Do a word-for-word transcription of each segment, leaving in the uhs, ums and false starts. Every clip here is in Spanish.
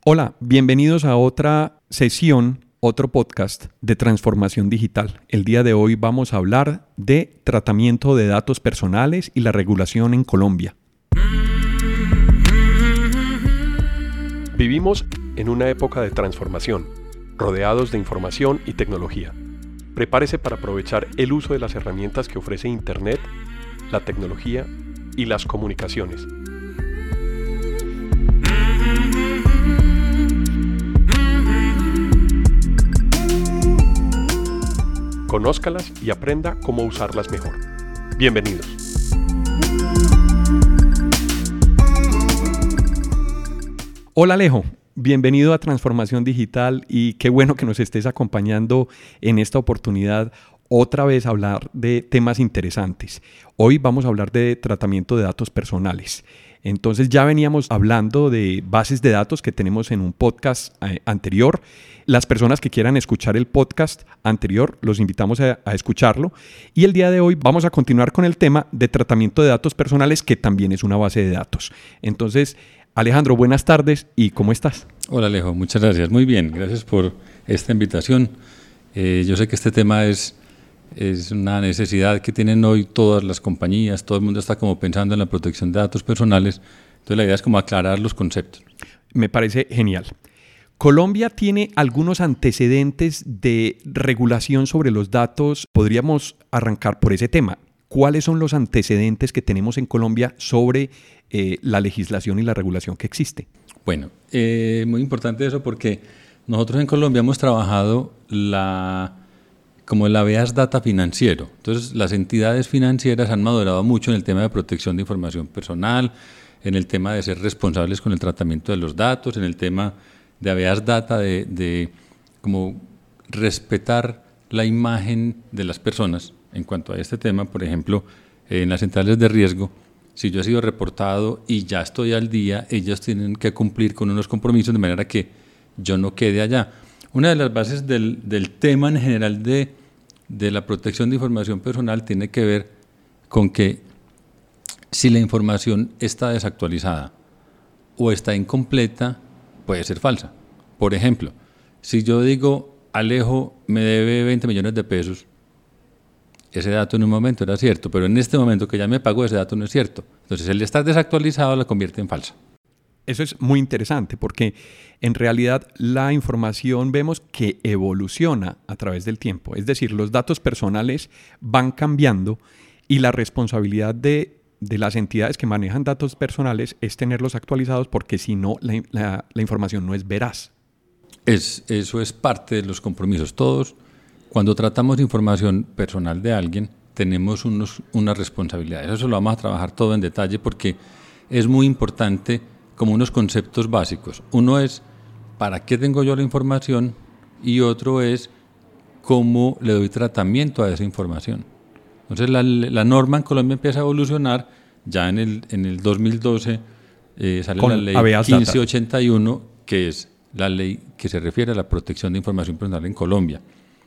Hola, bienvenidos a otra sesión, otro podcast de transformación digital. El día de hoy vamos a hablar de tratamiento de datos personales y la regulación en Colombia. Vivimos en una época de transformación, rodeados de información y tecnología. Prepárese para aprovechar el uso de las herramientas que ofrece Internet, la tecnología y las comunicaciones. Conózcalas y aprenda cómo usarlas mejor. Bienvenidos. Hola Alejo, bienvenido a Transformación Digital y qué bueno que nos estés acompañando en esta oportunidad otra vez a hablar de temas interesantes. Hoy vamos a hablar de tratamiento de datos personales. Entonces ya veníamos hablando de bases de datos que tenemos en un podcast eh, anterior. Las personas que quieran escuchar el podcast anterior, los invitamos a, a escucharlo. Y el día de hoy vamos a continuar con el tema de tratamiento de datos personales, que también es una base de datos. Entonces, Alejandro, buenas tardes y ¿cómo estás? Hola Alejo, muchas gracias. Muy bien, gracias por esta invitación. Eh, yo sé que este tema es... Es una necesidad que tienen hoy todas las compañías, todo el mundo está como pensando en la protección de datos personales, entonces la idea es como aclarar los conceptos. Me parece genial. Colombia tiene algunos antecedentes de regulación sobre los datos. Podríamos arrancar por ese tema. ¿Cuáles son los antecedentes que tenemos en Colombia sobre eh, la legislación y la regulación que existe? Bueno, eh, muy importante eso porque nosotros en Colombia hemos trabajado la... como el habeas data financiero. Entonces, las entidades financieras han madurado mucho en el tema de protección de información personal, en el tema de ser responsables con el tratamiento de los datos, en el tema de habeas data, de, de como respetar la imagen de las personas. En cuanto a este tema, por ejemplo, en las centrales de riesgo, si yo he sido reportado y ya estoy al día, ellos tienen que cumplir con unos compromisos de manera que yo no quede allá. Una de las bases del, del tema en general de, de la protección de información personal tiene que ver con que si la información está desactualizada o está incompleta, puede ser falsa. Por ejemplo, si yo digo, Alejo me debe veinte millones de pesos, ese dato en un momento era cierto, pero en este momento que ya me pagó, ese dato no es cierto. Entonces, el estar desactualizado la convierte en falsa. Eso es muy interesante porque en realidad la información vemos que evoluciona a través del tiempo. Es decir, los datos personales van cambiando y la responsabilidad de, de las entidades que manejan datos personales es tenerlos actualizados porque si no, la, la, la información no es veraz. Es, eso es parte de los compromisos. Todos, cuando tratamos de información personal de alguien, tenemos unos, unas responsabilidades. Eso lo vamos a trabajar todo en detalle porque es muy importante como unos conceptos básicos. Uno es ¿para qué tengo yo la información? Y otro es ¿cómo le doy tratamiento a esa información? Entonces la, la norma en Colombia empieza a evolucionar. Ya en el, en el dos mil doce eh, sale Con la ley quince data. ochenta y uno, que es la ley que se refiere a la protección de información personal en Colombia.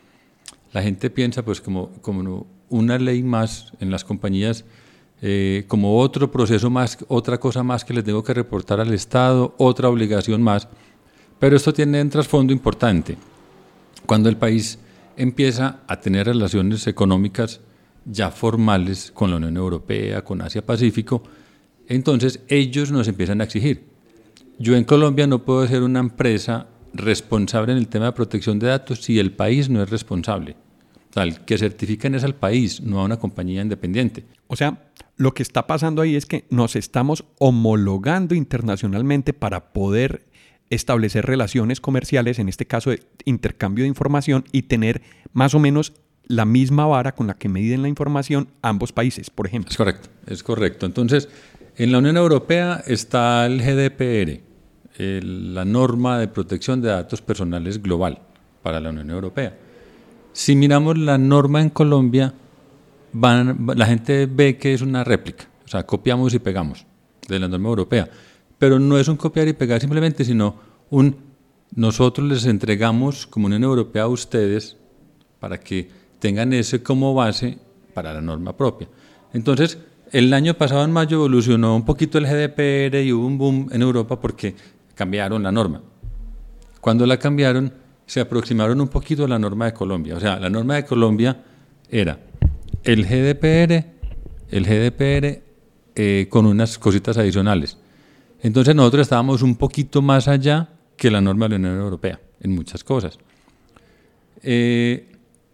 La gente piensa pues como, como una ley más en las compañías, Eh, como otro proceso más, otra cosa más que le tengo que reportar al Estado, otra obligación más. Pero esto tiene un trasfondo importante. Cuando el país empieza a tener relaciones económicas ya formales con la Unión Europea, con Asia-Pacífico, entonces ellos nos empiezan a exigir. Yo en Colombia no puedo ser una empresa responsable en el tema de protección de datos si el país no es responsable. O sea, el que certifican es al país, no a una compañía independiente. O sea, lo que está pasando ahí es que nos estamos homologando internacionalmente para poder establecer relaciones comerciales, en este caso de intercambio de información, y tener más o menos la misma vara con la que miden la información ambos países, por ejemplo. Es correcto, es correcto. Entonces, en la Unión Europea está el G D P R, el, la norma de protección de datos personales global para la Unión Europea. Si miramos la norma en Colombia, van, la gente ve que es una réplica, o sea, copiamos y pegamos de la norma europea, pero no es un copiar y pegar simplemente, sino un nosotros les entregamos como Unión Europea a ustedes para que tengan ese como base para la norma propia. Entonces, el año pasado en mayo evolucionó un poquito el G D P R y hubo un boom en Europa porque cambiaron la norma. Cuando la cambiaron, se aproximaron un poquito a la norma de Colombia. O sea, la norma de Colombia era el G D P R, el G D P R eh, con unas cositas adicionales. Entonces nosotros estábamos un poquito más allá que la norma de la Unión Europea en muchas cosas. Eh,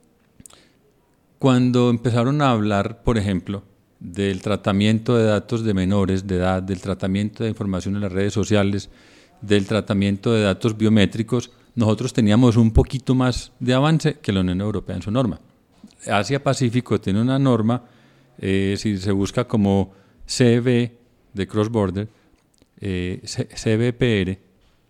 cuando empezaron a hablar, por ejemplo, del tratamiento de datos de menores de edad, del tratamiento de información en las redes sociales, del tratamiento de datos biométricos, nosotros teníamos un poquito más de avance que la Unión Europea en su norma. Asia-Pacífico tiene una norma, eh, si se busca como C B de Cross Border, eh, C B P R,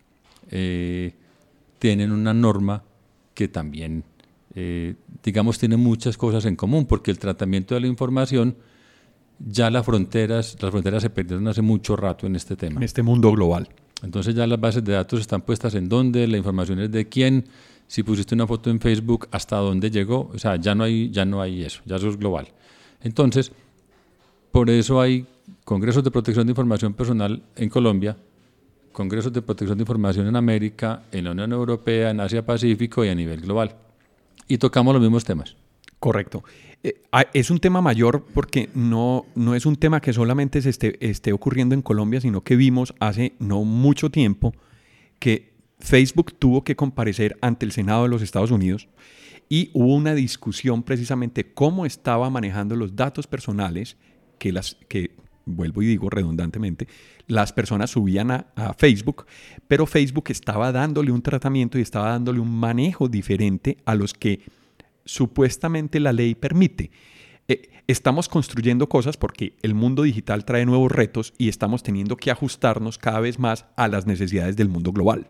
eh, tienen una norma que también, eh, digamos, tiene muchas cosas en común, porque el tratamiento de la información, ya las fronteras, las fronteras se perdieron hace mucho rato en este tema. En este mundo global. Entonces ya las bases de datos están puestas en dónde, la información es de quién, si pusiste una foto en Facebook, hasta dónde llegó, o sea, ya no hay, ya no hay eso, ya eso es global. Entonces, por eso hay congresos de protección de información personal en Colombia, congresos de protección de información en América, en la Unión Europea, en Asia-Pacífico y a nivel global. Y tocamos los mismos temas. Correcto. Eh, es un tema mayor porque no, no es un tema que solamente se esté, esté ocurriendo en Colombia, sino que vimos hace no mucho tiempo que Facebook tuvo que comparecer ante el Senado de los Estados Unidos y hubo una discusión precisamente cómo estaba manejando los datos personales que, las, que vuelvo y digo redundantemente, las personas subían a, a Facebook, pero Facebook estaba dándole un tratamiento y estaba dándole un manejo diferente a los que supuestamente la ley permite. Eh, estamos construyendo cosas porque el mundo digital trae nuevos retos y estamos teniendo que ajustarnos cada vez más a las necesidades del mundo global.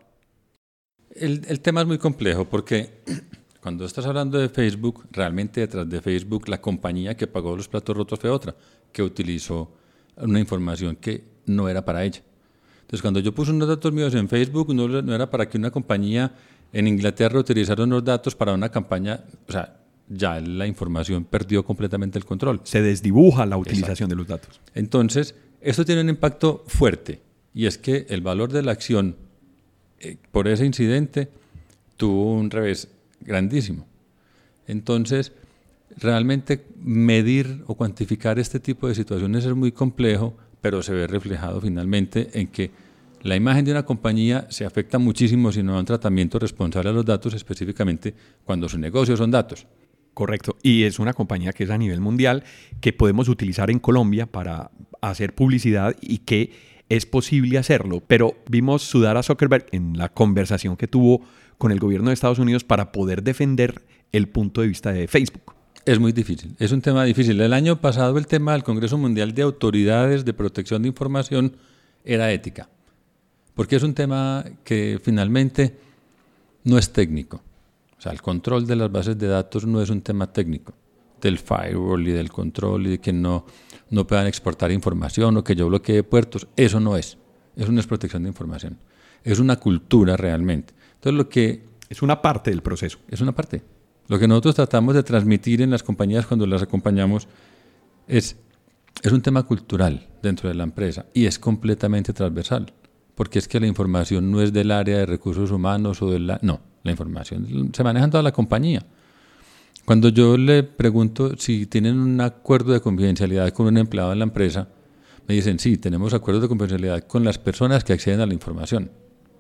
El, el tema es muy complejo porque cuando estás hablando de Facebook, realmente detrás de Facebook la compañía que pagó los platos rotos fue otra, que utilizó una información que no era para ella. Entonces, cuando yo puse unos datos míos en Facebook, no, no era para que una compañía en Inglaterra utilizara unos datos para una campaña, o sea, ya la información perdió completamente el control. Se desdibuja la utilización Exacto. de los datos. Entonces, esto tiene un impacto fuerte, y es que el valor de la acción eh, por ese incidente tuvo un revés grandísimo. Entonces, realmente medir o cuantificar este tipo de situaciones es muy complejo, pero se ve reflejado finalmente en que la imagen de una compañía se afecta muchísimo si no da un tratamiento responsable a los datos, específicamente cuando su negocio son datos. Correcto. Y es una compañía que es a nivel mundial, que podemos utilizar en Colombia para hacer publicidad y que es posible hacerlo. Pero vimos sudar a Zuckerberg en la conversación que tuvo con el gobierno de Estados Unidos para poder defender el punto de vista de Facebook. Es muy difícil, es un tema difícil. El año pasado el tema del Congreso Mundial de Autoridades de Protección de Información era ética, porque es un tema que finalmente no es técnico. O sea, el control de las bases de datos no es un tema técnico, del firewall y del control y de que no, no puedan exportar información o que yo bloquee puertos. Eso no es, eso no es protección de información. Es una cultura realmente. Entonces lo que... Es una parte del proceso. Es una parte. Lo que nosotros tratamos de transmitir en las compañías cuando las acompañamos es, es un tema cultural dentro de la empresa y es completamente transversal, porque es que la información no es del área de recursos humanos o de la... No, la información se maneja en toda la compañía. Cuando yo le pregunto si tienen un acuerdo de confidencialidad con un empleado en la empresa, me dicen, sí, tenemos acuerdos de confidencialidad con las personas que acceden a la información.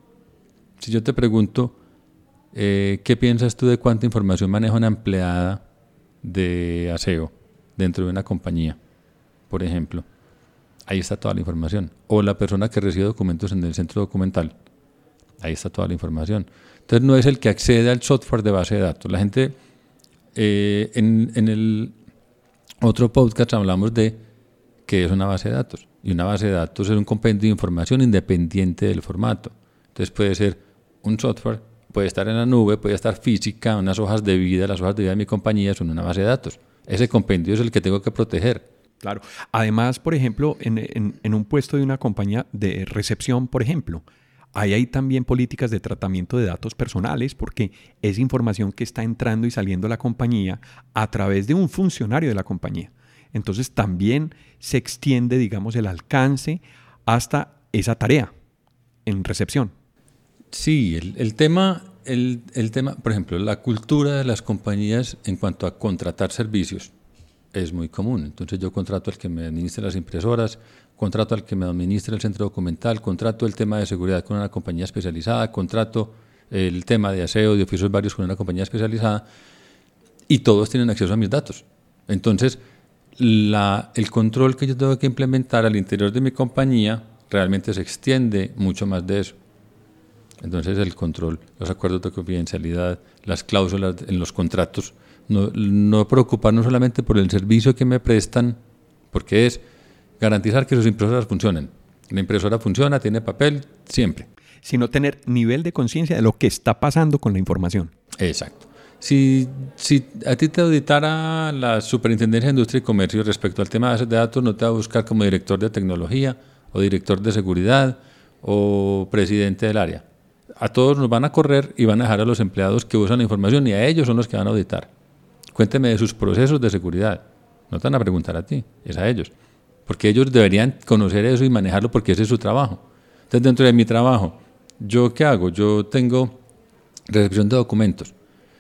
Si yo te pregunto, Eh, ¿qué piensas tú de cuánta información maneja una empleada de aseo dentro de una compañía, por ejemplo? Ahí está toda la información. O la persona que recibe documentos en el centro documental. Ahí está toda la información. Entonces no es el que accede al software de base de datos. La gente, eh, en, en el otro podcast hablamos de qué es una base de datos. Y una base de datos es un compendio de información independiente del formato. Entonces puede ser un software, puede estar en la nube, puede estar física, unas hojas de vida, las hojas de vida de mi compañía son una base de datos. Ese compendio es el que tengo que proteger. Claro. Además, por ejemplo, en, en, en un puesto de una compañía de recepción, por ejemplo, ahí hay también políticas de tratamiento de datos personales porque es información que está entrando y saliendo a la compañía a través de un funcionario de la compañía. Entonces también se extiende, digamos, el alcance hasta esa tarea en recepción. Sí, el, el tema, el, el tema, por ejemplo, la cultura de las compañías en cuanto a contratar servicios es muy común. Entonces yo contrato al que me administre las impresoras, contrato al que me administre el centro documental, contrato el tema de seguridad con una compañía especializada, contrato el tema de aseo, de oficios varios con una compañía especializada, y todos tienen acceso a mis datos. Entonces, la, el control que yo tengo que implementar al interior de mi compañía realmente se extiende mucho más de eso. Entonces, el control, los acuerdos de confidencialidad, las cláusulas en los contratos, no, no preocuparnos solamente por el servicio que me prestan, porque es garantizar que sus impresoras funcionen. La impresora funciona, tiene papel, siempre. Sino tener nivel de conciencia de lo que está pasando con la información. Exacto. Si, si a ti te auditara la Superintendencia de Industria y Comercio respecto al tema de bases de datos, no te va a buscar como director de tecnología o director de seguridad o presidente del área. A todos nos van a correr y van a dejar a los empleados que usan la información, y a ellos son los que van a auditar. Cuénteme de sus procesos de seguridad. No te van a preguntar a ti, es a ellos. Porque ellos deberían conocer eso y manejarlo, porque ese es su trabajo. Entonces, dentro de mi trabajo, ¿yo qué hago? Yo tengo recepción de documentos.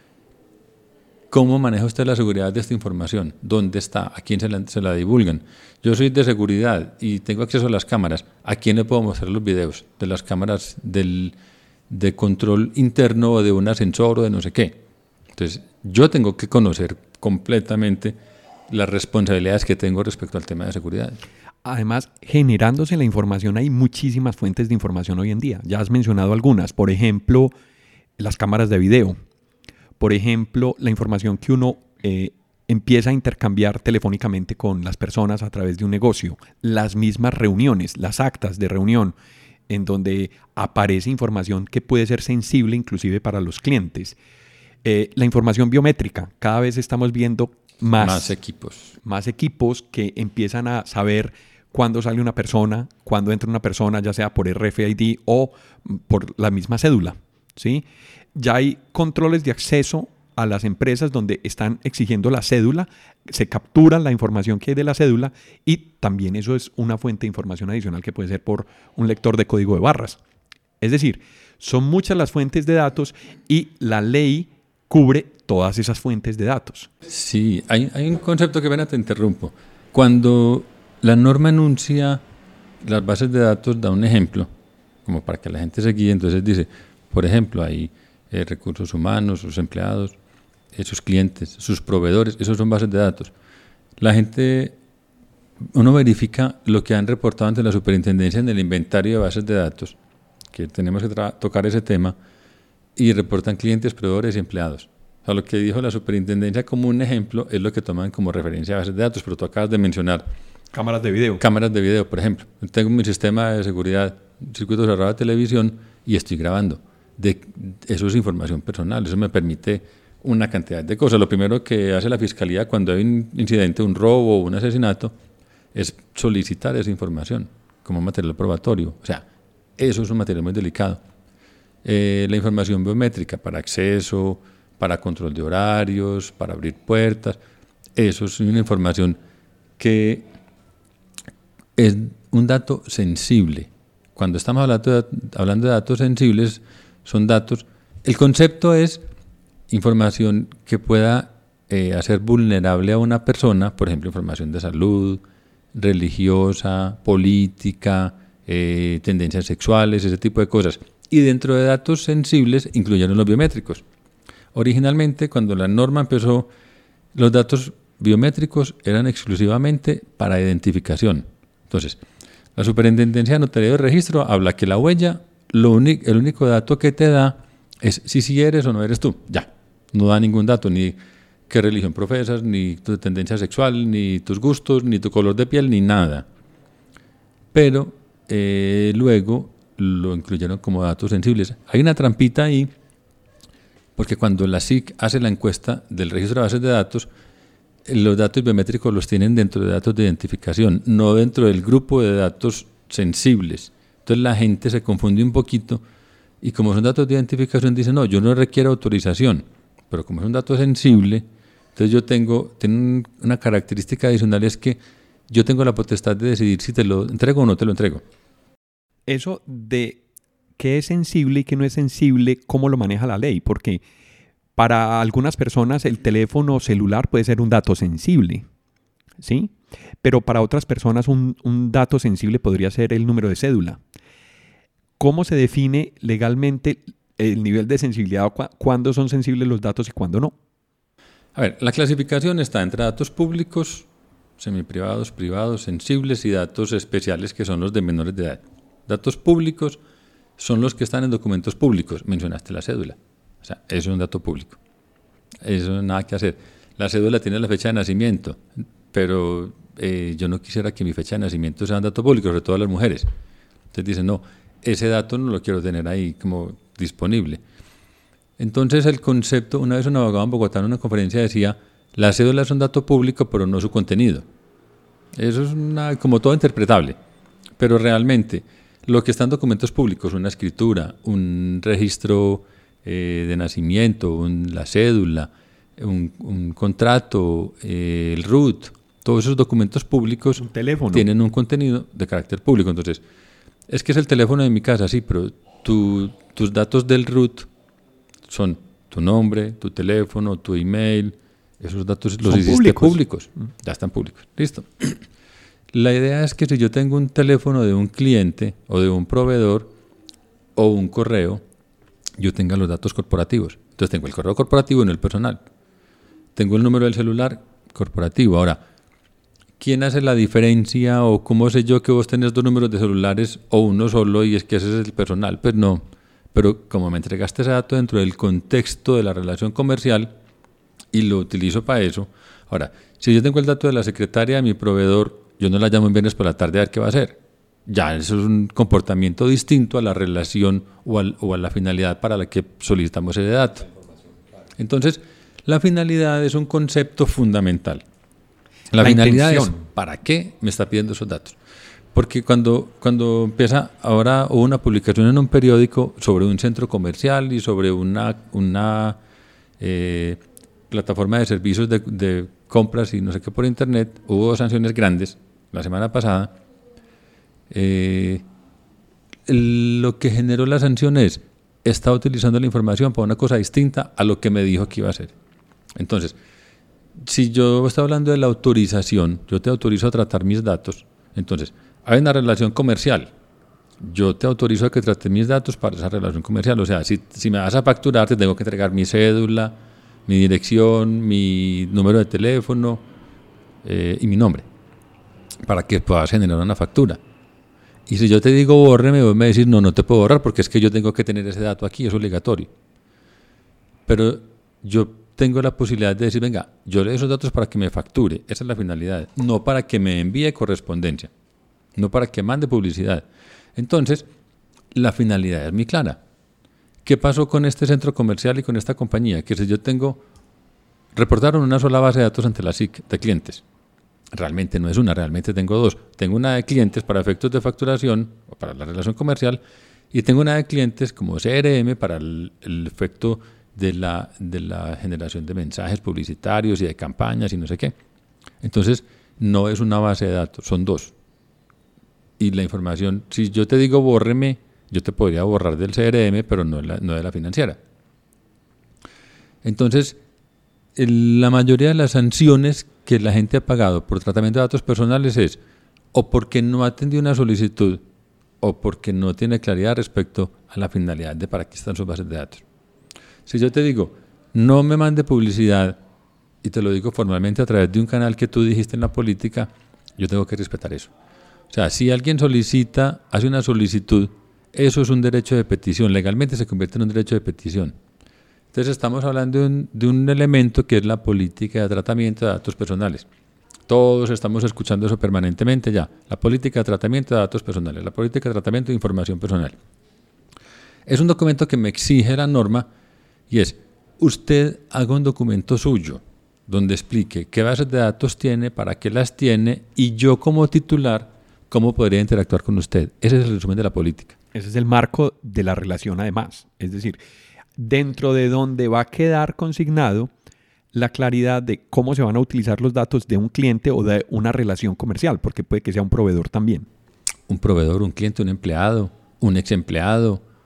¿Cómo maneja usted la seguridad de esta información? ¿Dónde está? ¿A quién se la, se la divulgan? Yo soy de seguridad y tengo acceso a las cámaras. ¿A quién le puedo mostrar los videos de las cámaras del, de control interno o de un ascensor o de no sé qué? Entonces, yo tengo que conocer completamente las responsabilidades que tengo respecto al tema de seguridad. Además, generándose la información, hay muchísimas fuentes de información hoy en día. Ya has mencionado algunas. Por ejemplo, las cámaras de video. Por ejemplo, la información que uno eh, empieza a intercambiar telefónicamente con las personas a través de un negocio. Las mismas reuniones, las actas de reunión, en donde aparece información que puede ser sensible inclusive para los clientes. Eh, la información biométrica. Cada vez estamos viendo más, más equipos. Más equipos que empiezan a saber cuándo sale una persona, cuándo entra una persona, ya sea por R F I D o por la misma cédula, ¿sí? Ya hay controles de acceso a las empresas donde están exigiendo la cédula, se captura la información que hay de la cédula, y también eso es una fuente de información adicional que puede ser por un lector de código de barras. Es decir, son muchas las fuentes de datos y la ley cubre todas esas fuentes de datos. Sí, hay, hay un concepto que, ven, te interrumpo. Cuando la norma enuncia las bases de datos, da un ejemplo, como para que la gente se guíe. Entonces dice, por ejemplo, hay eh, recursos humanos, sus empleados, eh, sus clientes, sus proveedores, esos son bases de datos. La gente, uno verifica lo que han reportado ante la superintendencia en el inventario de bases de datos, que tenemos que tra- tocar ese tema, y reportan clientes, proveedores y empleados. O sea, lo que dijo la superintendencia como un ejemplo es lo que toman como referencia a bases de datos, pero tú acabas de mencionar cámaras de video. Cámaras de video, por ejemplo. Tengo mi sistema de seguridad, circuito cerrado de televisión, y estoy grabando. De, eso es información personal, eso me permite una cantidad de cosas. Lo primero que hace la Fiscalía cuando hay un incidente, un robo o un asesinato, es solicitar esa información como material probatorio. O sea, eso es un material muy delicado. Eh, la información biométrica para acceso, para control de horarios, para abrir puertas, eso es una información que es un dato sensible. Cuando estamos hablando de, hablando de datos sensibles, son datos, el concepto es información que pueda eh, hacer vulnerable a una persona, por ejemplo, información de salud, religiosa, política, eh, tendencias sexuales, ese tipo de cosas. Y dentro de datos sensibles incluyeron los biométricos. Originalmente, cuando la norma empezó, los datos biométricos eran exclusivamente para identificación. Entonces, la Superintendencia de Notaría de Registro habla que la huella, lo único, el único dato que te da es si sí eres o no eres tú. Ya, no da ningún dato, ni qué religión profesas, ni tu tendencia sexual, ni tus gustos, ni tu color de piel, ni nada. Pero eh, luego lo incluyeron como datos sensibles. Hay una trampita ahí, porque cuando la S I C hace la encuesta del registro de bases de datos, los datos biométricos los tienen dentro de datos de identificación, no dentro del grupo de datos sensibles. Entonces la gente se confunde un poquito y como son datos de identificación dicen, no, yo no requiero autorización, pero como es un dato sensible, entonces yo tengo, tengo una característica adicional, es que yo tengo la potestad de decidir si te lo entrego o no te lo entrego. Eso de qué es sensible y qué no es sensible, cómo lo maneja la ley, porque para algunas personas el teléfono celular puede ser un dato sensible, ¿sí? Pero para otras personas un, un dato sensible podría ser el número de cédula. ¿Cómo se define legalmente el nivel de sensibilidad? ¿Cuándo son sensibles los datos y cuándo no? A ver, la clasificación está entre datos públicos, semiprivados, privados, sensibles y datos especiales que son los de menores de edad. Datos públicos son los que están en documentos públicos. Mencionaste la cédula. O sea, eso es un dato público. Eso no es nada que hacer. La cédula tiene la fecha de nacimiento, pero eh, yo no quisiera que mi fecha de nacimiento sea un dato público, sobre todo las mujeres. Entonces dicen, no, ese dato no lo quiero tener ahí como disponible. Entonces el concepto, una vez un abogado en Bogotá en una conferencia decía, la cédula es un dato público, pero no su contenido. Eso es una, como todo interpretable, pero realmente lo que está en documentos públicos, una escritura, un registro eh, de nacimiento, un, la cédula, un, un contrato, eh, el R U T, todos esos documentos públicos un teléfono. Tienen un contenido de carácter público. Entonces, es que es el teléfono de mi casa, sí, pero tu, tus datos del R U T son tu nombre, tu teléfono, tu email, esos datos los son hiciste públicos. públicos, ya están públicos, listo. La idea es que si yo tengo un teléfono de un cliente o de un proveedor o un correo, yo tenga los datos corporativos. Entonces tengo el correo corporativo y no el personal. Tengo el número del celular corporativo. Ahora, ¿quién hace la diferencia o cómo sé yo que vos tenés dos números de celulares o uno solo y es que ese es el personal? Pues no. Pero como me entregaste ese dato dentro del contexto de la relación comercial y lo utilizo para eso. Ahora, si yo tengo el dato de la secretaria de mi proveedor, yo no la llamo en viernes por la tarde a ver qué va a hacer. Ya eso es un comportamiento distinto a la relación o, al, o a la finalidad para la que solicitamos ese dato. Entonces, la finalidad es un concepto fundamental. La, la finalidad intención. Es ¿para qué me está pidiendo esos datos? Porque cuando, cuando empieza, ahora hubo una publicación en un periódico sobre un centro comercial y sobre una, una eh, plataforma de servicios de, de compras y no sé qué por internet, hubo dos sanciones grandes la semana pasada. Eh, lo que generó la sanción es, está utilizando la información para una cosa distinta a lo que me dijo que iba a hacer. Entonces, si yo estoy hablando de la autorización, yo te autorizo a tratar mis datos, entonces, hay una relación comercial, yo te autorizo a que trates mis datos para esa relación comercial, o sea, si, si me vas a facturar, te tengo que entregar mi cédula, mi dirección, mi número de teléfono eh, y mi nombre, para que puedas generar una factura. Y si yo te digo bórreme, vos me decís, no, no te puedo borrar porque es que yo tengo que tener ese dato aquí, es obligatorio. Pero yo tengo la posibilidad de decir, venga, yo le doy esos datos para que me facture, esa es la finalidad, no para que me envíe correspondencia, no para que mande publicidad. Entonces, la finalidad es muy clara. ¿Qué pasó con este centro comercial y con esta compañía? Que si yo tengo, reportaron una sola base de datos ante la S I C de clientes. Realmente no es una, realmente tengo dos. Tengo una de clientes para efectos de facturación o para la relación comercial y tengo una de clientes como C R M para el, el efecto de la, de la generación de mensajes publicitarios y de campañas y no sé qué. Entonces, no es una base de datos, son dos. Y la información, si yo te digo bórreme, yo te podría borrar del C R M, pero no de la, no de la financiera. Entonces, el, la mayoría de las sanciones que la gente ha pagado por tratamiento de datos personales es o porque no atendió una solicitud o porque no tiene claridad respecto a la finalidad de para qué están sus bases de datos. Si yo te digo, no me mande publicidad, y te lo digo formalmente a través de un canal que tú dijiste en la política, yo tengo que respetar eso. O sea, si alguien solicita, hace una solicitud, eso es un derecho de petición, legalmente se convierte en un derecho de petición. Entonces estamos hablando de un, de un elemento que es la política de tratamiento de datos personales. Todos estamos escuchando eso permanentemente ya, la política de tratamiento de datos personales, la política de tratamiento de información personal. Es un documento que me exige la norma y es, usted haga un documento suyo donde explique qué bases de datos tiene, para qué las tiene y yo como titular, cómo podría interactuar con usted. Ese es el resumen de la política. Ese es el marco de la relación además. Es decir, dentro de donde va a quedar consignado la claridad de cómo se van a utilizar los datos de un cliente o de una relación comercial, porque puede que sea un proveedor también. Un proveedor, un cliente, un empleado, un ex empleado,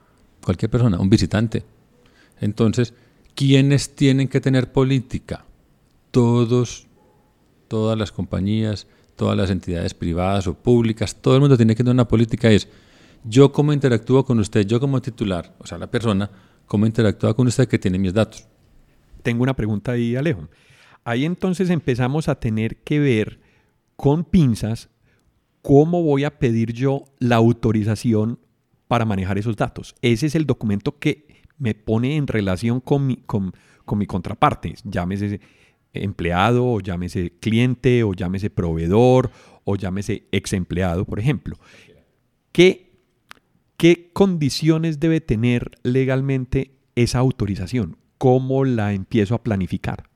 cualquier persona, un visitante. Entonces, ¿quiénes tienen que tener política? Todos, todas las compañías, todas las entidades privadas o públicas, todo el mundo tiene que tener una política. Es, yo cómo interactúo con usted, yo como titular, o sea, la persona, cómo interactúa con usted que tiene mis datos. Tengo una pregunta ahí, Alejo. Ahí entonces empezamos a tener que ver con pinzas cómo voy a pedir yo la autorización para manejar esos datos. Ese es el documento que me pone en relación con mi, con, con mi contraparte, llámese empleado, o llámese cliente, o llámese proveedor, o llámese ex empleado, por ejemplo. ¿Qué, qué condiciones debe tener legalmente esa autorización? ¿Cómo la empiezo a planificar?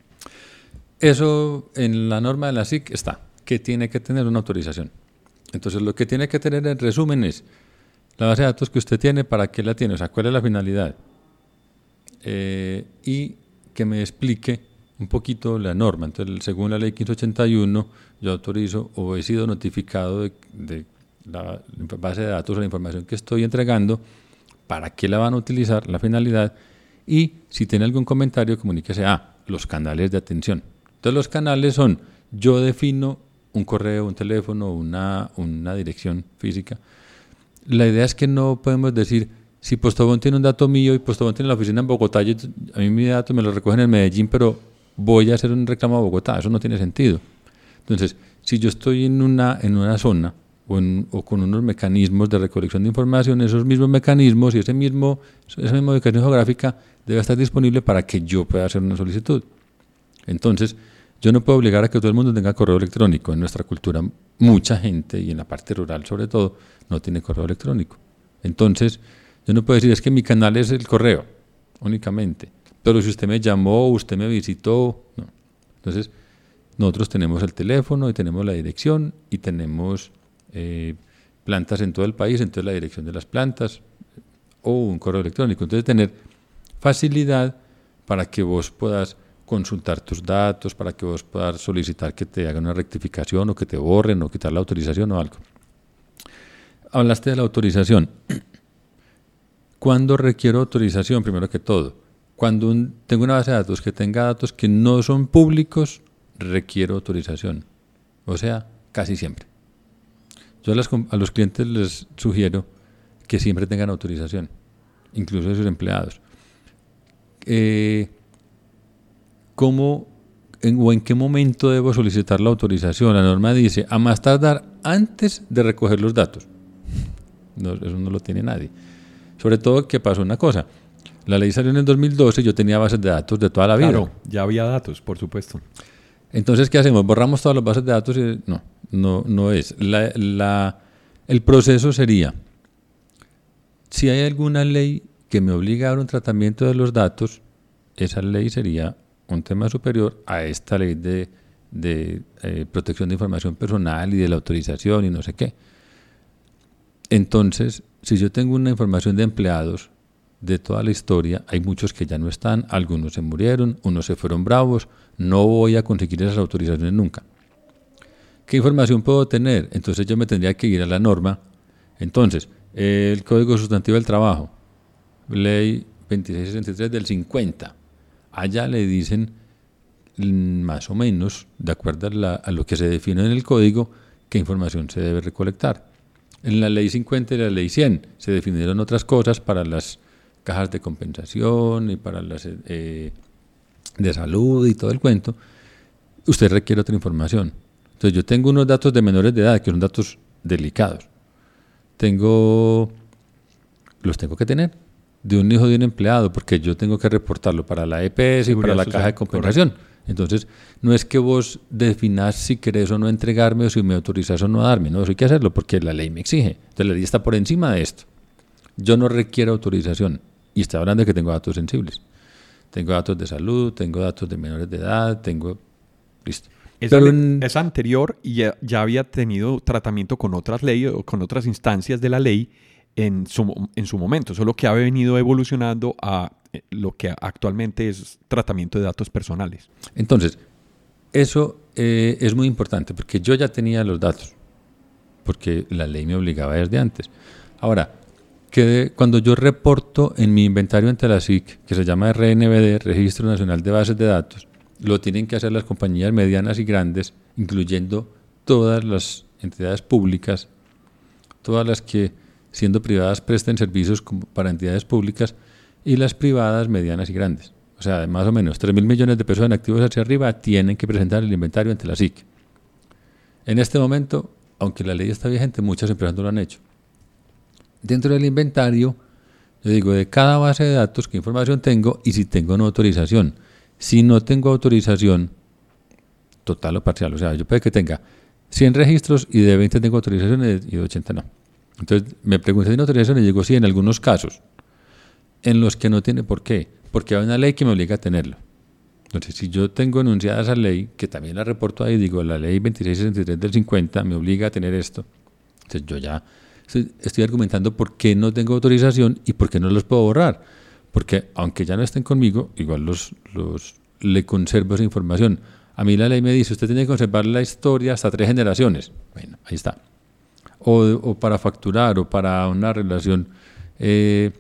Eso en la norma de la S I C está, que tiene que tener una autorización. Entonces, lo que tiene que tener en resumen es la base de datos que usted tiene, ¿para qué la tiene? O sea, ¿cuál es la finalidad? Eh, y que me explique un poquito la norma. Entonces, según la ley quince ochenta y uno, yo autorizo o he sido notificado de, de la base de datos o la información que estoy entregando, para qué la van a utilizar, la finalidad, y si tiene algún comentario, comuníquese a los canales de atención. Entonces, los canales son, yo defino un correo, un teléfono, una, una dirección física. La idea es que no podemos decir, si Postobón tiene un dato mío y Postobón tiene la oficina en Bogotá, yo, a mí mi dato me lo recogen en Medellín, pero voy a hacer un reclamo a Bogotá. Eso no tiene sentido. Entonces, si yo estoy en una, en una zona o, en, o con unos mecanismos de recolección de información, esos mismos mecanismos y ese mismo, esa misma ubicación geográfica debe estar disponible para que yo pueda hacer una solicitud. Entonces, yo no puedo obligar a que todo el mundo tenga correo electrónico. En nuestra cultura, mucha gente, y en la parte rural sobre todo, no tiene correo electrónico. Entonces, yo no puedo decir, es que mi canal es el correo, únicamente. Pero si usted me llamó, usted me visitó, no. Entonces, nosotros tenemos el teléfono y tenemos la dirección y tenemos eh, plantas en todo el país, entonces la dirección de las plantas o un correo electrónico. Entonces, tener facilidad para que vos puedas consultar tus datos, para que vos puedas solicitar que te hagan una rectificación o que te borren o quitar la autorización o algo. Hablaste de la autorización. ¿Cuándo requiero autorización? Primero que todo, cuando un, tengo una base de datos que tenga datos que no son públicos, requiero autorización. O sea, casi siempre. Yo a, las, a los clientes les sugiero que siempre tengan autorización, incluso a sus empleados. Eh, ¿Cómo en, o en qué momento debo solicitar la autorización? La norma dice, a más tardar antes de recoger los datos. No, eso no lo tiene nadie. Sobre todo que pasó una cosa. La ley salió en el dos mil doce y yo tenía bases de datos de toda la vida. Claro, ya había datos, por supuesto. Entonces, ¿qué hacemos? ¿Borramos todas las bases de datos? Y, no, no, no es. La, la, el proceso sería, si hay alguna ley que me obliga a dar un tratamiento de los datos, esa ley sería un tema superior a esta ley de, de eh, protección de información personal y de la autorización y no sé qué. Entonces, si yo tengo una información de empleados de toda la historia, hay muchos que ya no están, algunos se murieron, unos se fueron bravos, no voy a conseguir esas autorizaciones nunca. ¿Qué información puedo tener? Entonces yo me tendría que ir a la norma. Entonces, eh, el Código Sustantivo del Trabajo, ley veintiséis sesenta y tres del cincuenta, allá le dicen más o menos, de acuerdo a, la, a lo que se define en el código, qué información se debe recolectar. En la ley cincuenta y la ley cien se definieron otras cosas para las cajas de compensación y para las eh, de salud y todo el cuento. Usted requiere otra información. Entonces yo tengo unos datos de menores de edad que son datos delicados. Tengo, los tengo que tener de un hijo de un empleado porque yo tengo que reportarlo para la E P S y para la caja de compensación. Correcto. Entonces, no es que vos definás si querés o no entregarme o si me autorizás o no a darme. No, eso hay que hacerlo porque la ley me exige. Entonces, la ley está por encima de esto. Yo no requiero autorización y estoy hablando de que tengo datos sensibles. Tengo datos de salud, tengo datos de menores de edad, tengo... Listo. Esa, Pero, ley, esa anterior ya, ya había tenido tratamiento con otras leyes o con otras instancias de la ley en su, en su momento, solo que ha venido evolucionando a lo que actualmente es tratamiento de datos personales. Entonces, eso eh, es muy importante porque yo ya tenía los datos, porque la ley me obligaba desde antes. Ahora, ¿qué porque cuando yo reporto en mi inventario ante la S I C, que se llama R N B D, Registro Nacional de Bases de Datos, lo tienen que hacer las compañías medianas y grandes, incluyendo todas las entidades públicas, todas las que, siendo privadas, presten servicios para entidades públicas, y las privadas medianas y grandes. O sea, más o menos tres mil millones de pesos en activos hacia arriba tienen que presentar el inventario ante la S I C. En este momento, aunque la ley está vigente, muchas empresas no lo han hecho. Dentro del inventario, yo digo de cada base de datos qué información tengo y si tengo una autorización. Si no tengo autorización, total o parcial, o sea, yo puede que tenga cien registros y de veinte tengo autorizaciones y de ochenta no. Entonces me preguntan si tiene autorización y digo sí, en algunos casos, en los que no tiene por qué, porque hay una ley que me obliga a tenerlo. Entonces, si yo tengo enunciada esa ley, que también la reporto ahí, digo, la ley veintiséis sesenta y tres del cincuenta me obliga a tener esto, entonces yo ya estoy, estoy argumentando por qué no tengo autorización y por qué no los puedo borrar. Porque aunque ya no estén conmigo, igual los, los le conservo esa información. A mí la ley me dice, usted tiene que conservar la historia hasta tres generaciones. Bueno, ahí está. O, o para facturar o para una relación, eh,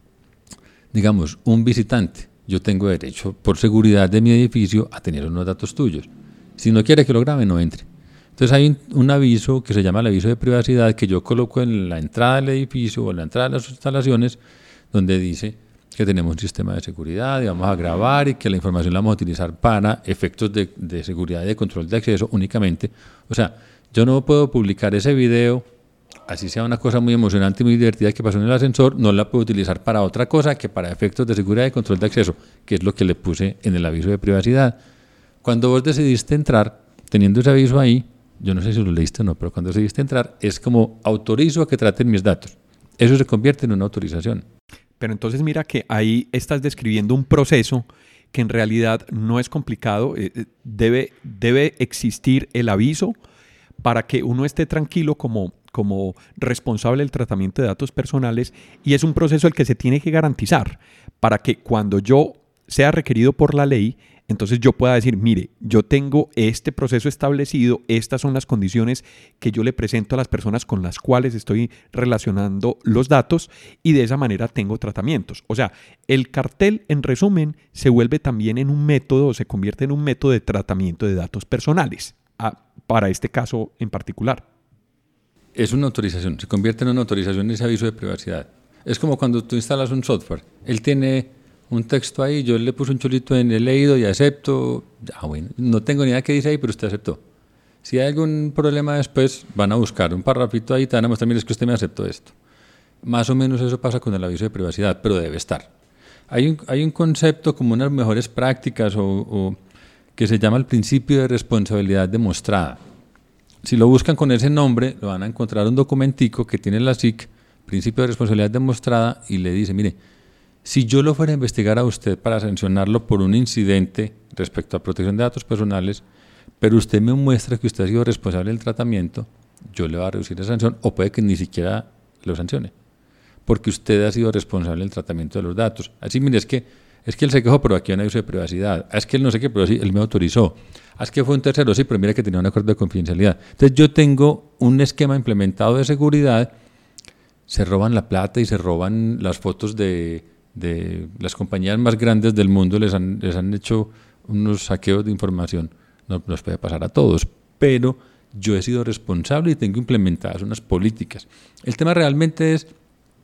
digamos, un visitante. Yo tengo derecho, por seguridad de mi edificio, a tener unos datos tuyos. Si no quiere que lo grabe, no entre. Entonces hay un, un aviso que se llama el aviso de privacidad que yo coloco en la entrada del edificio o en la entrada de las instalaciones, donde dice que tenemos un sistema de seguridad y vamos a grabar y que la información la vamos a utilizar para efectos de, de seguridad y de control de acceso únicamente. O sea, yo no puedo publicar ese video, así sea una cosa muy emocionante y muy divertida que pasó en el ascensor, no la puedo utilizar para otra cosa que para efectos de seguridad y control de acceso, que es lo que le puse en el aviso de privacidad. Cuando vos decidiste entrar, teniendo ese aviso ahí, yo no sé si lo leíste o no, pero cuando decidiste entrar, es como autorizo a que traten mis datos. Eso se convierte en una autorización. Pero entonces mira que ahí estás describiendo un proceso que en realidad no es complicado. Eh, debe, debe existir el aviso para que uno esté tranquilo como, como responsable del tratamiento de datos personales, y es un proceso el que se tiene que garantizar para que cuando yo sea requerido por la ley, entonces yo pueda decir, mire, yo tengo este proceso establecido, estas son las condiciones que yo le presento a las personas con las cuales estoy relacionando los datos y de esa manera tengo tratamientos. O sea, el cartel, en resumen, se vuelve también en un método, se convierte en un método de tratamiento de datos personales, a, para este caso en particular. Es una autorización, se convierte en una autorización ese aviso de privacidad. Es como cuando tú instalas un software, él tiene un texto ahí, yo le puse un chulito en el leído y acepto. Ah, bueno, no tengo ni idea qué dice ahí, pero usted aceptó. Si hay algún problema después, van a buscar un parrafito ahí, te van a mostrar, mire, es que usted me aceptó esto. Más o menos eso pasa con el aviso de privacidad, pero debe estar. Hay un, hay un concepto como unas mejores prácticas o, o que se llama el principio de responsabilidad demostrada. Si lo buscan con ese nombre, lo van a encontrar un documentico que tiene la S I C, principio de responsabilidad demostrada, y le dice, mire, si yo lo fuera a investigar a usted para sancionarlo por un incidente respecto a protección de datos personales, pero usted me muestra que usted ha sido responsable del tratamiento, yo le voy a reducir la sanción, o puede que ni siquiera lo sancione, porque usted ha sido responsable del tratamiento de los datos. Así, mire, es que, es que él se quejó, pero aquí hay un aviso de privacidad. Es que él no sé qué, pero sí, él me autorizó. Es que fue un tercero, sí, pero mira que tenía un acuerdo de confidencialidad. Entonces yo tengo un esquema implementado de seguridad, se roban la plata y se roban las fotos de... de las compañías más grandes del mundo, les han, les han hecho unos saqueos de información. No nos puede pasar a todos, pero yo he sido responsable y tengo implementadas unas políticas. El tema realmente es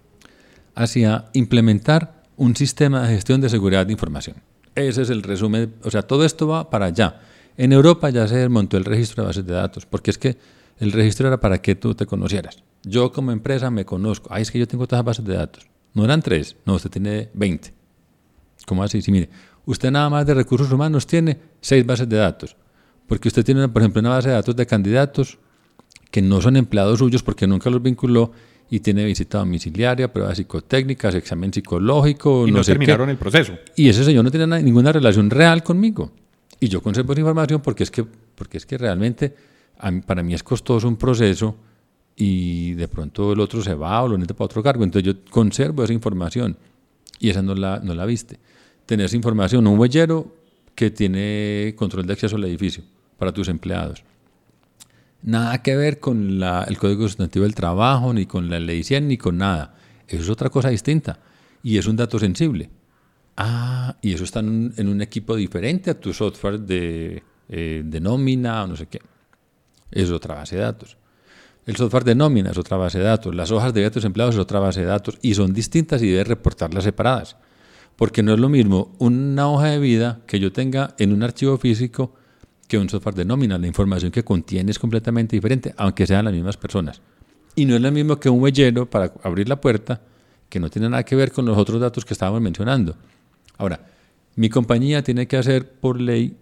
hacia implementar un sistema de gestión de seguridad de información. Ese es el resumen, o sea, todo esto va para allá. En Europa ya se desmontó el registro de bases de datos, porque es que el registro era para que tú te conocieras. Yo como empresa me conozco. Ay, es que yo tengo todas las bases de datos. No eran tres, no, usted tiene veinte. ¿Cómo así? Sí, mire, usted nada más de recursos humanos tiene seis bases de datos, porque usted tiene, por ejemplo, una base de datos de candidatos que no son empleados suyos porque nunca los vinculó y tiene visita domiciliaria, pruebas psicotécnicas, examen psicológico. Y no, no sé terminaron qué. el proceso. Y ese señor no tiene nada, ninguna relación real conmigo. Y yo conservo esa información porque es que, porque es que realmente a mí, para mí es costoso un proceso y de pronto el otro se va o lo necesita para otro cargo. Entonces yo conservo esa información y esa no la, no la viste. Tener esa información, un huellero que tiene control de acceso al edificio para tus empleados. Nada que ver con la, el Código Sustantivo del Trabajo, ni con la Ley cien, ni con nada. eso es otra cosa distinta y es un dato sensible. Ah, y eso está en un, en un equipo diferente a tu software de, eh, de nómina o no sé qué. Es otra base de datos. El software de nómina es otra base de datos. Las hojas de vida de tus empleados es otra base de datos y son distintas y debes reportarlas separadas. Porque no es lo mismo una hoja de vida que yo tenga en un archivo físico que un software de nómina. La información que contiene es completamente diferente, aunque sean las mismas personas. Y no es lo mismo que un huellero para abrir la puerta, que no tiene nada que ver con los otros datos que estábamos mencionando. Ahora, mi compañía tiene que hacer por ley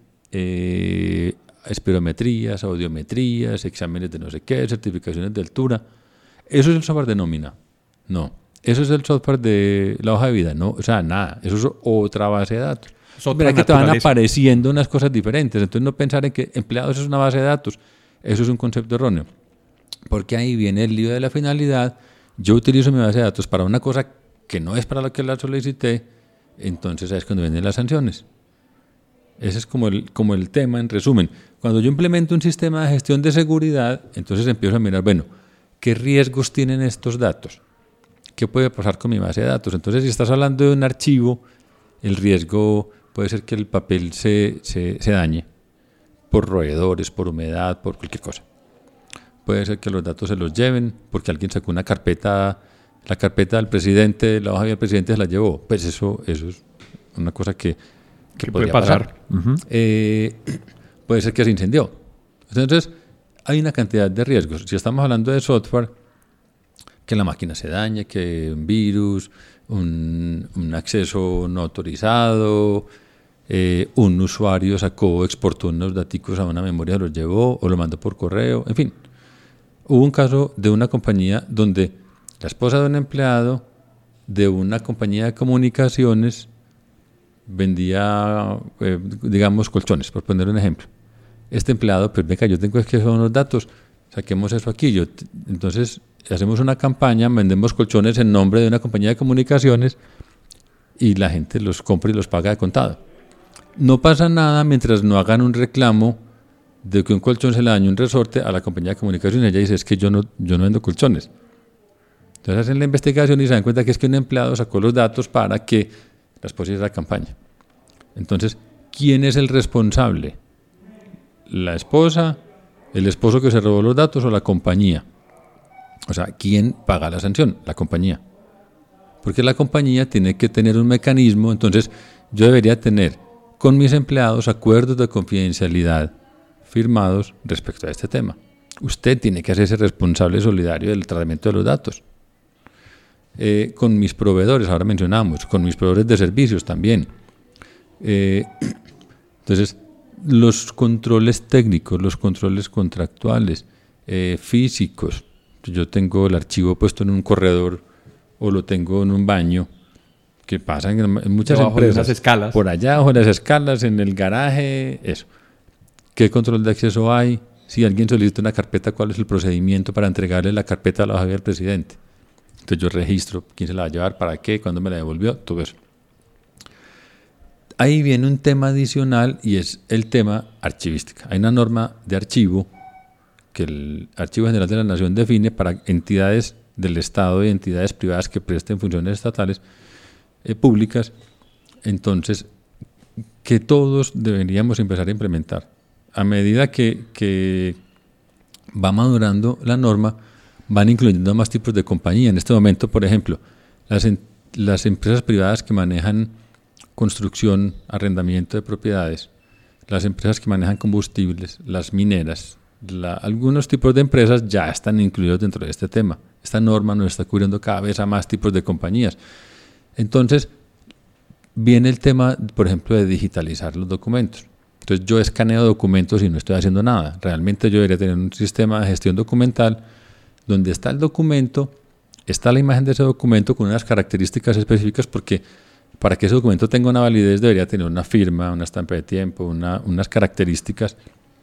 eh, espirometrías, audiometrías, exámenes de no sé qué, certificaciones de altura. ¿Eso es el software de nómina? No. ¿Eso es el software de la hoja de vida? No. O sea, nada. Eso es otra base de datos. Es otra que te van apareciendo unas cosas diferentes. Entonces no pensar en que empleados es una base de datos. Eso es un concepto erróneo. Porque ahí viene el lío de la finalidad. Yo utilizo mi base de datos para una cosa que no es para lo que la solicité. Entonces ahí es cuando vienen las sanciones. Ese es como el, como el tema en resumen. Cuando yo implemento un sistema de gestión de seguridad, entonces empiezo a mirar, bueno, ¿qué riesgos tienen estos datos? ¿Qué puede pasar con mi base de datos? Entonces, si estás hablando de un archivo, el riesgo puede ser que el papel se, se, se dañe por roedores, por humedad, por cualquier cosa. Puede ser que los datos se los lleven porque alguien sacó una carpeta, la carpeta del presidente, la hoja del presidente se la llevó. Pues eso, eso es una cosa que, que podría puede pasar. pasar. Uh-huh. Eh, puede ser que se incendió. Entonces, hay una cantidad de riesgos. Si estamos hablando de software, que la máquina se dañe, que un virus, un, un acceso no autorizado, eh, un usuario sacó, exportó unos datos a una memoria, los llevó o lo mandó por correo, en fin. Hubo un caso de una compañía donde la esposa de un empleado de una compañía de comunicaciones vendía, eh, digamos, colchones, por poner un ejemplo. Este empleado, pues venga, yo tengo que son los datos, saquemos eso aquí. Yo, entonces, hacemos una campaña, vendemos colchones en nombre de una compañía de comunicaciones y la gente los compra y los paga de contado. No pasa nada mientras no hagan un reclamo de que un colchón se le dañó un resorte a la compañía de comunicaciones. Ella dice, es que yo no, yo no vendo colchones. Entonces hacen la investigación y se dan cuenta que es que un empleado sacó los datos para que la esposa hiciera la campaña. Entonces, ¿quién es el responsable? ¿La esposa, el esposo que se robó los datos o la compañía? O sea, ¿quién paga la sanción? La compañía. Porque la compañía tiene que tener un mecanismo. Entonces, yo debería tener con mis empleados acuerdos de confidencialidad firmados respecto a este tema. Usted tiene que hacerse responsable solidario del tratamiento de los datos. Eh, con mis proveedores, ahora mencionamos, con mis proveedores de servicios también. Eh, entonces, los controles técnicos, los controles contractuales, eh, físicos. Yo tengo el archivo puesto en un corredor o lo tengo en un baño, que pasa en, en muchas debajo empresas. De unas escalas. Por allá, bajo las escalas, en el garaje, eso. ¿Qué control de acceso hay? Si alguien solicita una carpeta, ¿cuál es el procedimiento para entregarle la carpeta a la hoja del presidente? Entonces yo registro quién se la va a llevar, para qué, cuándo me la devolvió, todo eso. Ahí viene un tema adicional y es el tema archivística. Hay una norma de archivo que el Archivo General de la Nación define para entidades del Estado y entidades privadas que presten funciones estatales eh, públicas. Entonces, que todos deberíamos empezar a implementar. A medida que, que va madurando la norma, van incluyendo más tipos de compañía. En este momento, por ejemplo, las, en, las empresas privadas que manejan construcción, arrendamiento de propiedades, las empresas que manejan combustibles, las mineras, la, algunos tipos de empresas ya están incluidos dentro de este tema. Esta norma nos está cubriendo cada vez a más tipos de compañías. Entonces, viene el tema, por ejemplo, de digitalizar los documentos. Entonces, yo escaneo documentos y no estoy haciendo nada. Realmente yo debería tener un sistema de gestión documental donde está el documento, está la imagen de ese documento con unas características específicas, porque para que ese documento tenga una validez debería tener una firma, una estampa de tiempo, una, unas características.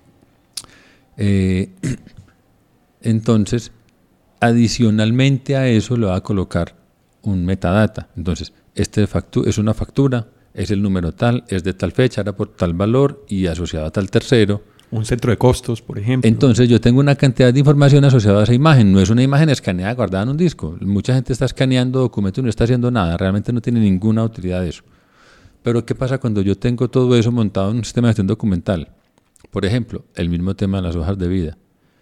Eh, entonces, adicionalmente a eso le va a colocar un metadata. Entonces, este factu- es una factura, es el número tal, es de tal fecha, era por tal valor y asociado a tal tercero. Un centro de costos, por ejemplo. Entonces yo tengo una cantidad de información asociada a esa imagen. No es una imagen escaneada, guardada en un disco. Mucha gente está escaneando documentos y no está haciendo nada. Realmente no tiene ninguna utilidad de eso. Pero ¿qué pasa cuando yo tengo todo eso montado en un sistema de gestión documental? Por ejemplo, el mismo tema de las hojas de vida.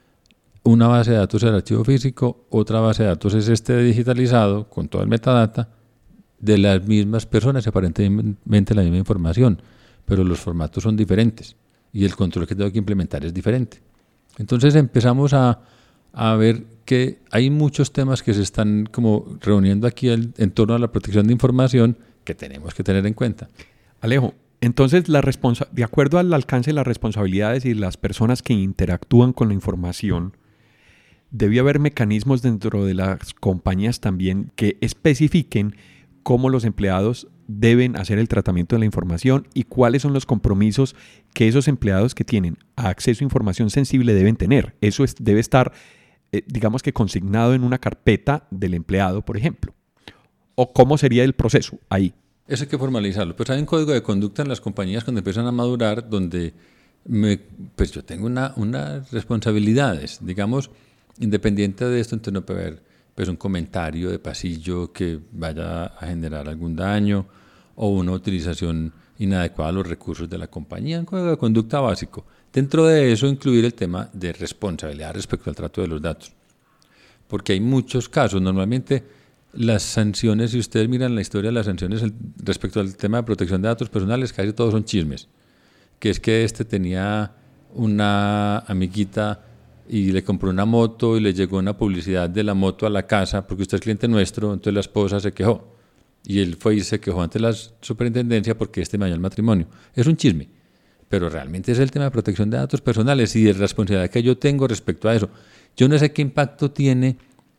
Una base de datos es el archivo físico, otra base de datos es este digitalizado con todo el metadata de las mismas personas, aparentemente la misma información, pero los formatos son diferentes y el control que tengo que implementar es diferente. Entonces empezamos a, a ver que hay muchos temas que se están como reuniendo aquí el, en torno a la protección de información que tenemos que tener en cuenta. Alejo, entonces la responsa- de acuerdo al alcance de las responsabilidades y las personas que interactúan con la información, debe haber mecanismos dentro de las compañías también que especifiquen cómo los empleados deben hacer el tratamiento de la información y cuáles son los compromisos que esos empleados que tienen acceso a información sensible deben tener. Eso es, debe estar, eh, digamos que consignado en una carpeta del empleado, por ejemplo. ¿O cómo sería el proceso ahí? Eso hay que formalizarlo. Pues hay un código de conducta en las compañías cuando empiezan a madurar donde me, pues yo tengo una, unas responsabilidades, digamos, independiente de esto, entonces no puede haber pues un comentario de pasillo que vaya a generar algún daño o una utilización inadecuada de los recursos de la compañía, un código de conducta básico. Dentro de eso incluir el tema de responsabilidad respecto al trato de los datos. Porque hay muchos casos, normalmente las sanciones, si ustedes miran la historia de las sanciones el, respecto al tema de protección de datos personales, casi todos son chismes. Que es que este tenía una amiguita y le compró una moto y le llegó una publicidad de la moto a la casa porque usted es cliente nuestro, entonces la esposa se quejó. Y él fue y se quejó ante la superintendencia porque este me dañó el matrimonio. Es un chisme, pero realmente es el tema de protección de datos personales y de responsabilidad que yo tengo respecto a eso. Yo no sé qué impacto tiene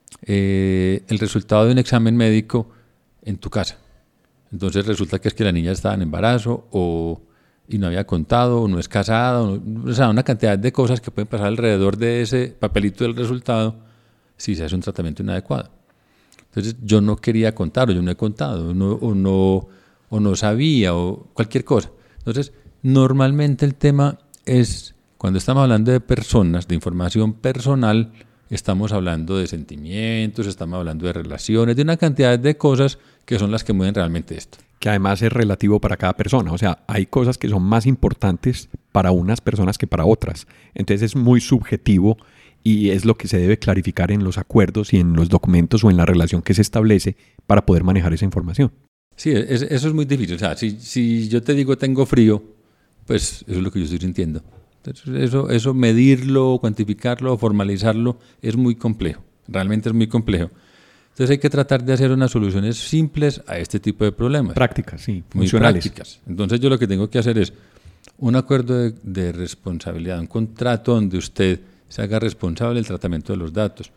eh, el resultado de un examen médico en tu casa. Entonces resulta que es que la niña estaba en embarazo o... y no había contado, o no es casada, o, no, o sea, una cantidad de cosas que pueden pasar alrededor de ese papelito del resultado si se hace un tratamiento inadecuado. Entonces, yo no quería contar, o yo no he contado, o no, o no, o no sabía, o cualquier cosa. Entonces, normalmente el tema es, cuando estamos hablando de personas, de información personal, estamos hablando de sentimientos, estamos hablando de relaciones, de una cantidad de cosas que son las que mueven realmente esto. Que además es relativo para cada persona. O sea, hay cosas que son más importantes para unas personas que para otras. Entonces es muy subjetivo y es lo que se debe clarificar en los acuerdos y en los documentos o en la relación que se establece para poder manejar esa información. Sí, es, eso es muy difícil. O sea, si, si yo te digo tengo frío, pues eso es lo que yo estoy sintiendo. Entonces eso, eso medirlo, cuantificarlo, formalizarlo es muy complejo. Realmente es muy complejo. Entonces hay que tratar de hacer unas soluciones simples a este tipo de problemas. Prácticas, sí, muy funcionales. Prácticas. Entonces yo lo que tengo que hacer es un acuerdo de, de responsabilidad, un contrato donde usted se haga responsable del tratamiento de los datos,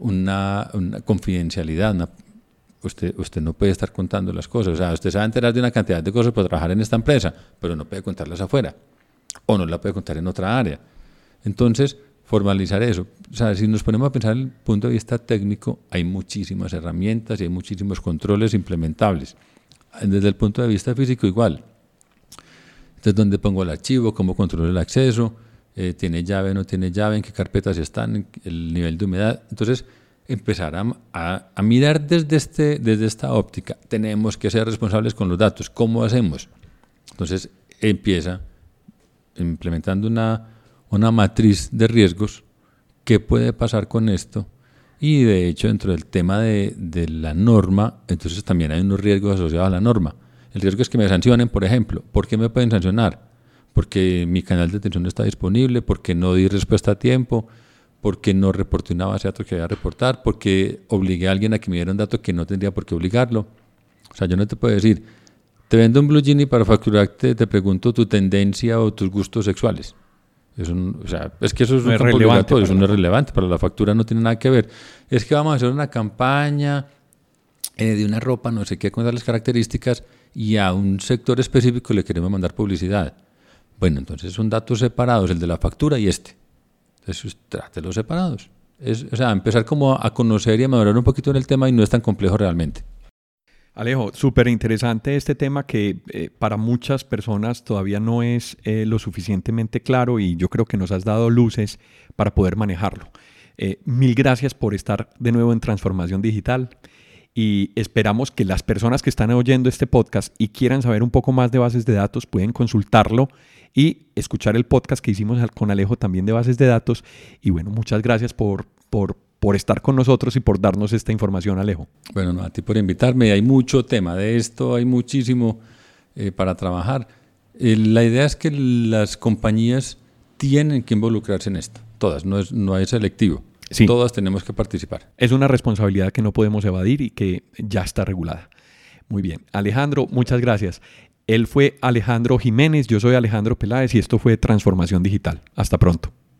una, una confidencialidad, una, usted, usted no puede estar contando las cosas. O sea, usted se va a enterar de una cantidad de cosas por trabajar en esta empresa, pero no puede contarlas afuera o no la puede contar en otra área. Entonces, formalizar eso. O sea, si nos ponemos a pensar desde el punto de vista técnico, hay muchísimas herramientas y hay muchísimos controles implementables. Desde el punto de vista físico, igual. Entonces, ¿dónde pongo el archivo? ¿Cómo controlo el acceso? Eh, ¿Tiene llave o no tiene llave? ¿En qué carpetas están? ¿El nivel de humedad? Entonces, empezar a, a, a mirar desde, este, desde esta óptica. Tenemos que ser responsables con los datos. ¿Cómo hacemos? Entonces, empieza implementando una... una matriz de riesgos, qué puede pasar con esto, y de hecho dentro del tema de, de la norma, entonces también hay unos riesgos asociados a la norma. El riesgo es que me sancionen, por ejemplo. ¿Por qué me pueden sancionar? Porque mi canal de atención no está disponible, porque no di respuesta a tiempo, porque no reporté una base de datos que debía reportar, porque obligué a alguien a que me diera un dato que no tendría por qué obligarlo. O sea, yo no te puedo decir, te vendo un Blue Genie para facturarte, te pregunto tu tendencia o tus gustos sexuales. Es, un, o sea, es que eso es un campo obligatorio, eso no es relevante, para la factura no tiene nada que ver. Es que vamos a hacer una campaña eh, de una ropa, no sé qué, con las características, y a un sector específico le queremos mandar publicidad. Bueno, entonces son datos separados, el de la factura y este. Entonces, trátelos separados. Es, o sea, empezar como a conocer y a madurar un poquito en el tema y no es tan complejo realmente. Alejo, súper interesante este tema que eh, para muchas personas todavía no es eh, lo suficientemente claro y yo creo que nos has dado luces para poder manejarlo. Eh, mil gracias por estar de nuevo en Transformación Digital y esperamos que las personas que están oyendo este podcast y quieran saber un poco más de bases de datos pueden consultarlo y escuchar el podcast que hicimos con Alejo también de bases de datos. Y bueno, muchas gracias por, por, por estar con nosotros y por darnos esta información, Alejo. Bueno, no, a ti por invitarme. Hay mucho tema de esto, hay muchísimo eh, para trabajar. Eh, la idea es que las compañías tienen que involucrarse en esto. Todas, no es, no es selectivo. Sí. Todas tenemos que participar. Es una responsabilidad que no podemos evadir y que ya está regulada. Muy bien. Alejandro, muchas gracias. Él fue Alejandro Jiménez, yo soy Alejandro Peláez y esto fue Transformación Digital. Hasta pronto.